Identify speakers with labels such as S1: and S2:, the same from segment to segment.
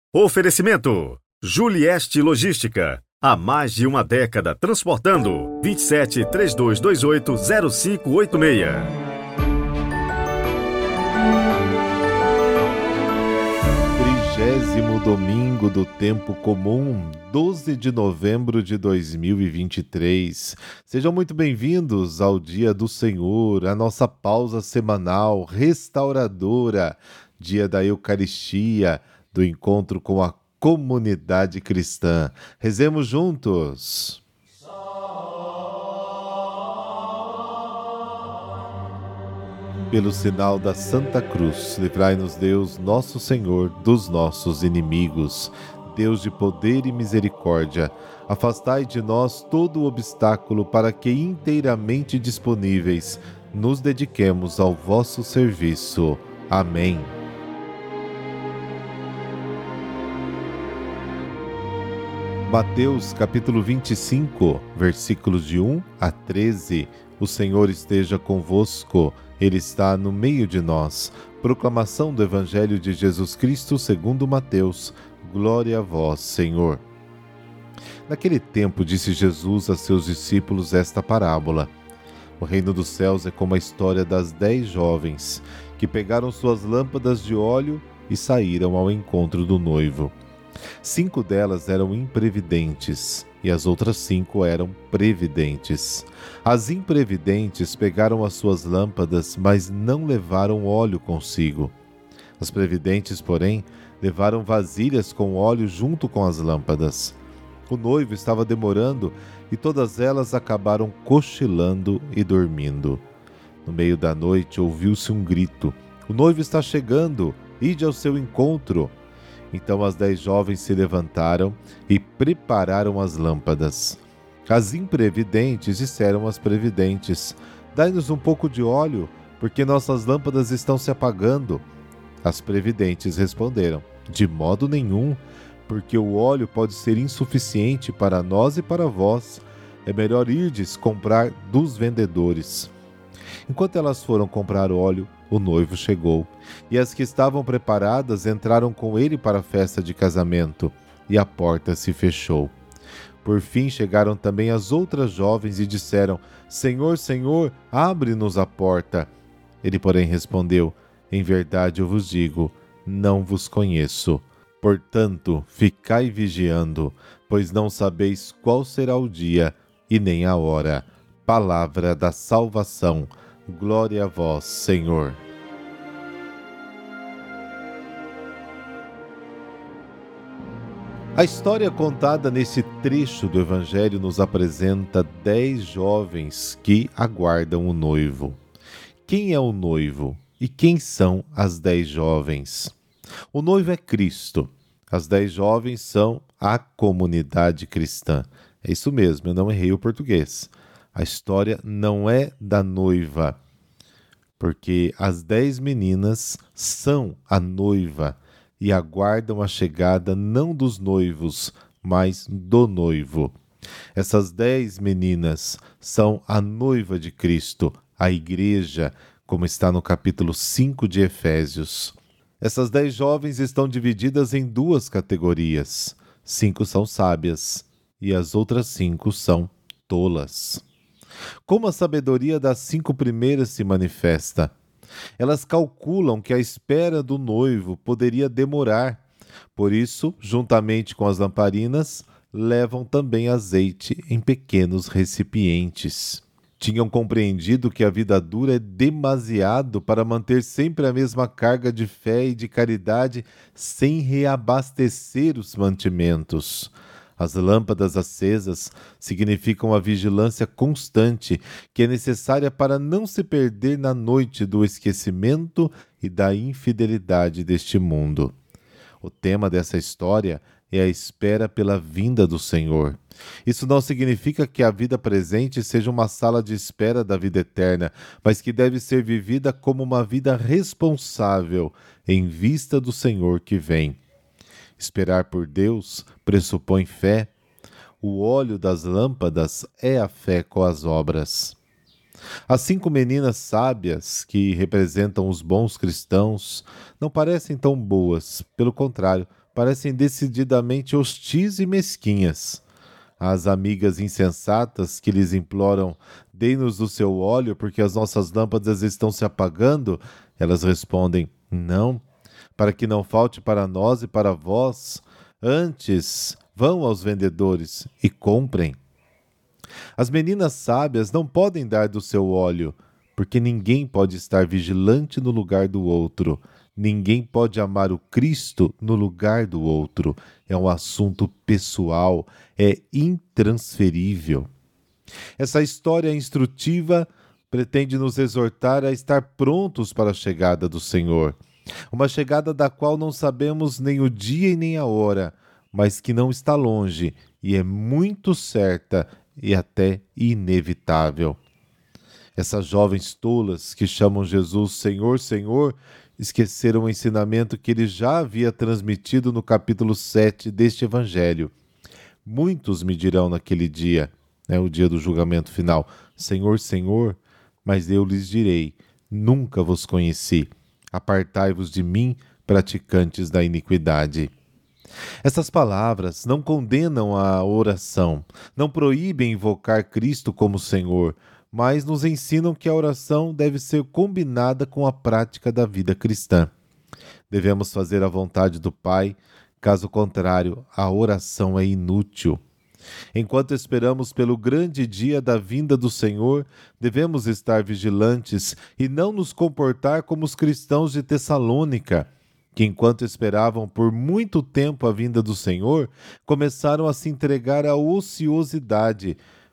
S1: Oferecimento: Julieste Logística. Há mais de uma década transportando. 27 3228 0586.
S2: Domingo do Tempo Comum, 12 de novembro de 2023. Sejam muito bem-vindos ao Dia do Senhor, a nossa pausa semanal restauradora, dia da Eucaristia, do encontro com a comunidade cristã. Rezemos juntos. Pelo sinal da Santa Cruz, livrai-nos Deus, nosso Senhor, dos nossos inimigos. Deus de poder e misericórdia, afastai de nós todo o obstáculo para que, inteiramente disponíveis, nos dediquemos ao vosso serviço. Amém. Mateus capítulo 25, versículos de 1 a 13. O Senhor esteja convosco. Ele está no meio de nós. Proclamação do Evangelho de Jesus Cristo segundo Mateus. Glória a vós, Senhor. Naquele tempo disse Jesus a seus discípulos esta parábola. O reino dos céus é como a história das 10 jovens que pegaram suas lâmpadas de óleo e saíram ao encontro do noivo. 5 delas eram imprevidentes e as outras 5 eram previdentes. As imprevidentes pegaram as suas lâmpadas, mas não levaram óleo consigo. As previdentes, porém, levaram vasilhas com óleo junto com as lâmpadas. O noivo estava demorando e todas elas acabaram cochilando e dormindo. No meio da noite ouviu-se um grito: "O noivo está chegando, ide ao seu encontro." Então as 10 jovens se levantaram e prepararam as lâmpadas. As imprevidentes disseram às previdentes: "Dai-nos um pouco de óleo, porque nossas lâmpadas estão se apagando." As previdentes responderam: "De modo nenhum, porque o óleo pode ser insuficiente para nós e para vós. É melhor irdes comprar dos vendedores." Enquanto elas foram comprar óleo, o noivo chegou, e as que estavam preparadas entraram com ele para a festa de casamento, e a porta se fechou. Por fim chegaram também as outras jovens e disseram: "Senhor, Senhor, abre-nos a porta." Ele, porém, respondeu: "Em verdade eu vos digo, não vos conheço. Portanto, ficai vigiando, pois não sabeis qual será o dia e nem a hora." Palavra da salvação. Glória a vós, Senhor. A história contada nesse trecho do Evangelho nos apresenta 10 jovens que aguardam o noivo. Quem é o noivo e quem são as 10 jovens? O noivo é Cristo. As 10 jovens são a comunidade cristã. É isso mesmo, eu não errei o português. A história não é da noiva, porque as 10 meninas são a noiva e aguardam a chegada não dos noivos, mas do noivo. Essas 10 meninas são a noiva de Cristo, a igreja, como está no capítulo 5 de Efésios. Essas 10 jovens estão divididas em 2 categorias. 5 são sábias e as outras 5 são tolas. Como a sabedoria das 5 primeiras se manifesta? Elas calculam que a espera do noivo poderia demorar. Por isso, juntamente com as lamparinas, levam também azeite em pequenos recipientes. Tinham compreendido que a vida dura é demasiado para manter sempre a mesma carga de fé e de caridade sem reabastecer os mantimentos. As lâmpadas acesas significam a vigilância constante que é necessária para não se perder na noite do esquecimento e da infidelidade deste mundo. O tema dessa história é a espera pela vinda do Senhor. Isso não significa que a vida presente seja uma sala de espera da vida eterna, mas que deve ser vivida como uma vida responsável em vista do Senhor que vem. Esperar por Deus pressupõe fé. O óleo das lâmpadas é a fé com as obras. As 5 meninas sábias, que representam os bons cristãos, não parecem tão boas, pelo contrário, parecem decididamente hostis e mesquinhas. As amigas insensatas que lhes imploram: "Dê-nos do seu óleo, porque as nossas lâmpadas estão se apagando", elas respondem: "Não, para que não falte para nós e para vós. Antes, vão aos vendedores e comprem." As meninas sábias não podem dar do seu óleo, porque ninguém pode estar vigilante no lugar do outro. Ninguém pode amar o Cristo no lugar do outro. É um assunto pessoal, é intransferível. Essa história instrutiva pretende nos exortar a estar prontos para a chegada do Senhor. Uma chegada da qual não sabemos nem o dia e nem a hora, mas que não está longe e é muito certa e até inevitável. Essas jovens tolas que chamam Jesus Senhor, Senhor, esqueceram o ensinamento que ele já havia transmitido no capítulo 7 deste Evangelho. Muitos me dirão naquele dia, o dia do julgamento final: Senhor, Senhor, mas eu lhes direi: nunca vos conheci. Apartai-vos de mim, praticantes da iniquidade. Essas palavras não condenam a oração, não proíbem invocar Cristo como Senhor, mas nos ensinam que a oração deve ser combinada com a prática da vida cristã. Devemos fazer a vontade do Pai, caso contrário, a oração é inútil. Enquanto esperamos pelo grande dia da vinda do Senhor, devemos estar vigilantes e não nos comportar como os cristãos de Tessalônica, que enquanto esperavam por muito tempo a vinda do Senhor, começaram a se entregar à ociosidade.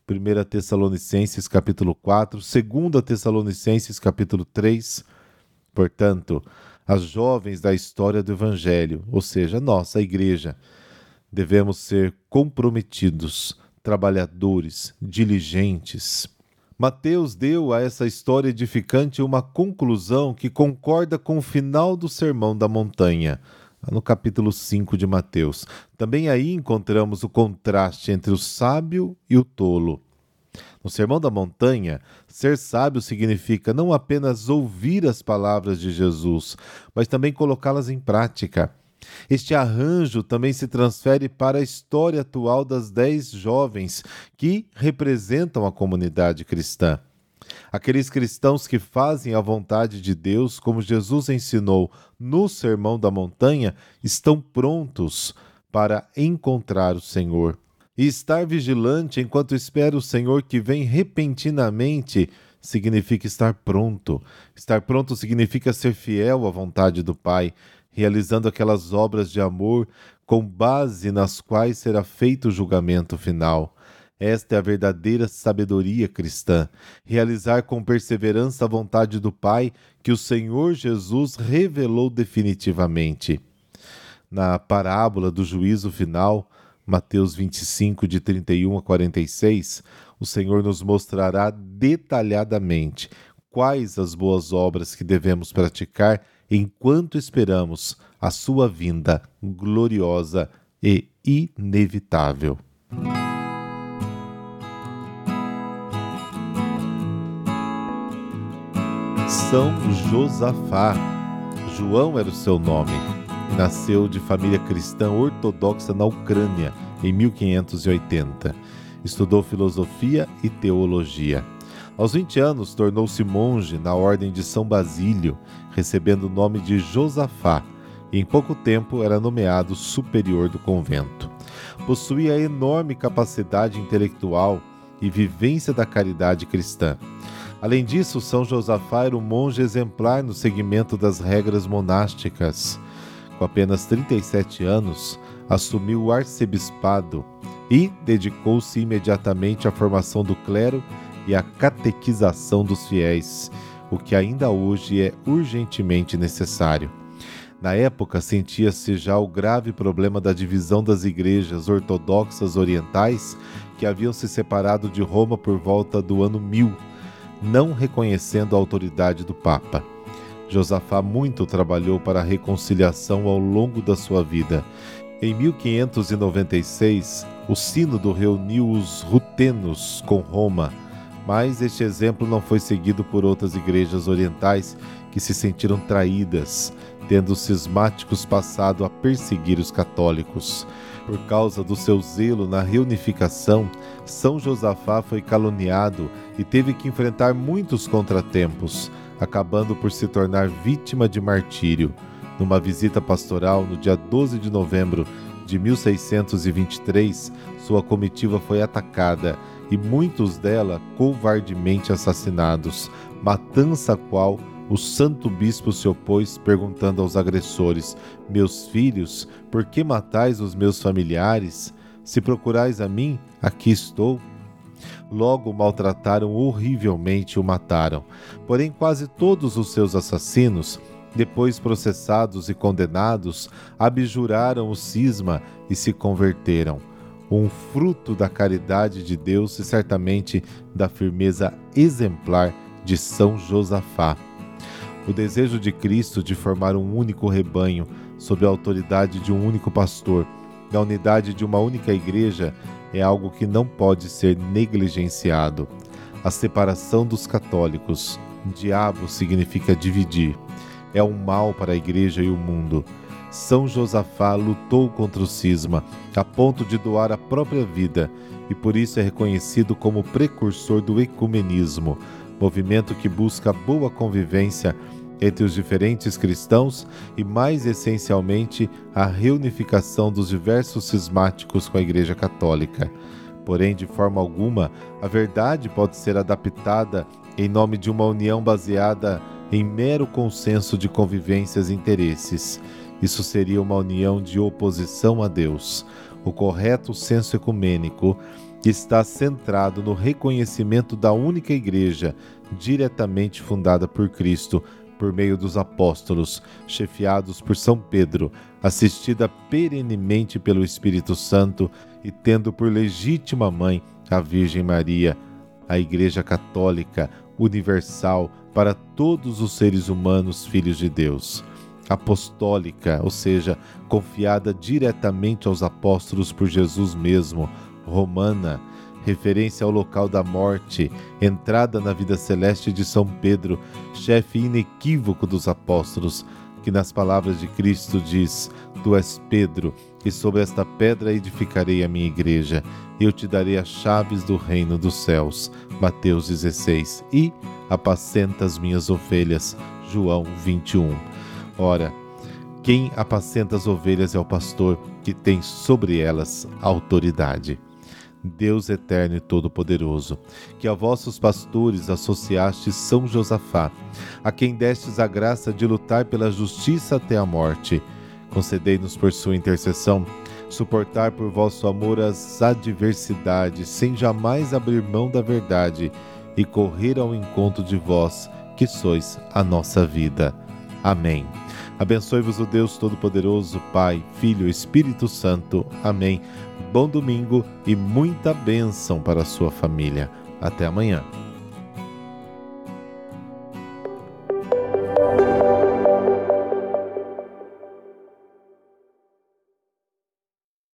S2: 1 Tessalonicenses capítulo 4, 2 Tessalonicenses capítulo 3. Portanto, as jovens da história do Evangelho, ou seja, nossa igreja, devemos ser comprometidos, trabalhadores, diligentes. Mateus deu a essa história edificante uma conclusão que concorda com o final do Sermão da Montanha, no capítulo 5 de Mateus. Também aí encontramos o contraste entre o sábio e o tolo. No Sermão da Montanha, ser sábio significa não apenas ouvir as palavras de Jesus, mas também colocá-las em prática. Este arranjo também se transfere para a história atual das 10 jovens que representam a comunidade cristã. Aqueles cristãos que fazem a vontade de Deus, como Jesus ensinou no Sermão da Montanha, estão prontos para encontrar o Senhor. E estar vigilante enquanto espera o Senhor que vem repentinamente significa estar pronto. Estar pronto significa ser fiel à vontade do Pai, realizando aquelas obras de amor com base nas quais será feito o julgamento final. Esta é a verdadeira sabedoria cristã, realizar com perseverança a vontade do Pai que o Senhor Jesus revelou definitivamente. Na parábola do juízo final, Mateus 25, de 31 a 46, o Senhor nos mostrará detalhadamente quais as boas obras que devemos praticar enquanto esperamos a sua vinda gloriosa e inevitável. São Josafá. João era o seu nome. Nasceu de família cristã ortodoxa na Ucrânia, em 1580. Estudou filosofia e teologia. Aos 20 anos, tornou-se monge na ordem de São Basílio, recebendo o nome de Josafá, e em pouco tempo era nomeado superior do convento. Possuía enorme capacidade intelectual e vivência da caridade cristã. Além disso, São Josafá era um monge exemplar no seguimento das regras monásticas. Com apenas 37 anos, assumiu o arcebispado e dedicou-se imediatamente à formação do clero e à catequização dos fiéis, o que ainda hoje é urgentemente necessário. Na época, sentia-se já o grave problema da divisão das igrejas ortodoxas orientais que haviam se separado de Roma por volta do ano 1000, não reconhecendo a autoridade do Papa. Josafá muito trabalhou para a reconciliação ao longo da sua vida. Em 1596, o sínodo reuniu os rutenos com Roma, mas este exemplo não foi seguido por outras igrejas orientais que se sentiram traídas, tendo os cismáticos passado a perseguir os católicos. Por causa do seu zelo na reunificação, São Josafá foi caluniado e teve que enfrentar muitos contratempos, acabando por se tornar vítima de martírio. Numa visita pastoral no dia 12 de novembro de 1623, sua comitiva foi atacada e muitos dela covardemente assassinados, matança a qual o santo bispo se opôs, perguntando aos agressores: meus filhos, por que matais os meus familiares? Se procurais a mim, aqui estou. Logo o maltrataram horrivelmente e o mataram. Porém, quase todos os seus assassinos, depois processados e condenados, abjuraram o cisma e se converteram. Um fruto da caridade de Deus e certamente da firmeza exemplar de São Josafá. O desejo de Cristo de formar um único rebanho, sob a autoridade de um único pastor, na unidade de uma única igreja, é algo que não pode ser negligenciado. A separação dos católicos, diabo significa dividir, é um mal para a igreja e o mundo. São Josafá lutou contra o cisma, a ponto de doar a própria vida, e por isso é reconhecido como precursor do ecumenismo, movimento que busca boa convivência entre os diferentes cristãos e, mais essencialmente, a reunificação dos diversos cismáticos com a Igreja Católica. Porém, de forma alguma, a verdade pode ser adaptada em nome de uma união baseada em mero consenso de convivências e interesses. Isso seria uma união de oposição a Deus. O correto senso ecumênico está centrado no reconhecimento da única Igreja, diretamente fundada por Cristo, por meio dos apóstolos, chefiados por São Pedro, assistida perenemente pelo Espírito Santo e tendo por legítima mãe a Virgem Maria, a Igreja Católica universal para todos os seres humanos filhos de Deus. Apostólica, ou seja, confiada diretamente aos apóstolos por Jesus mesmo. Romana, referência ao local da morte, entrada na vida celeste de São Pedro, chefe inequívoco dos apóstolos, que nas palavras de Cristo diz: Tu és Pedro, e sobre esta pedra edificarei a minha igreja, e eu te darei as chaves do reino dos céus. Mateus 16. E apacenta as minhas ovelhas. João 21. Ora, quem apacenta as ovelhas é o pastor, que tem sobre elas autoridade. Deus eterno e todo-poderoso, que a vossos pastores associastes São Josafá, a quem destes a graça de lutar pela justiça até a morte, concedei-nos por sua intercessão suportar por vosso amor as adversidades, sem jamais abrir mão da verdade, e correr ao encontro de vós, que sois a nossa vida. Amém. Abençoe-vos o Deus Todo-Poderoso, Pai, Filho e Espírito Santo. Amém. Bom domingo e muita bênção para a sua família. Até amanhã.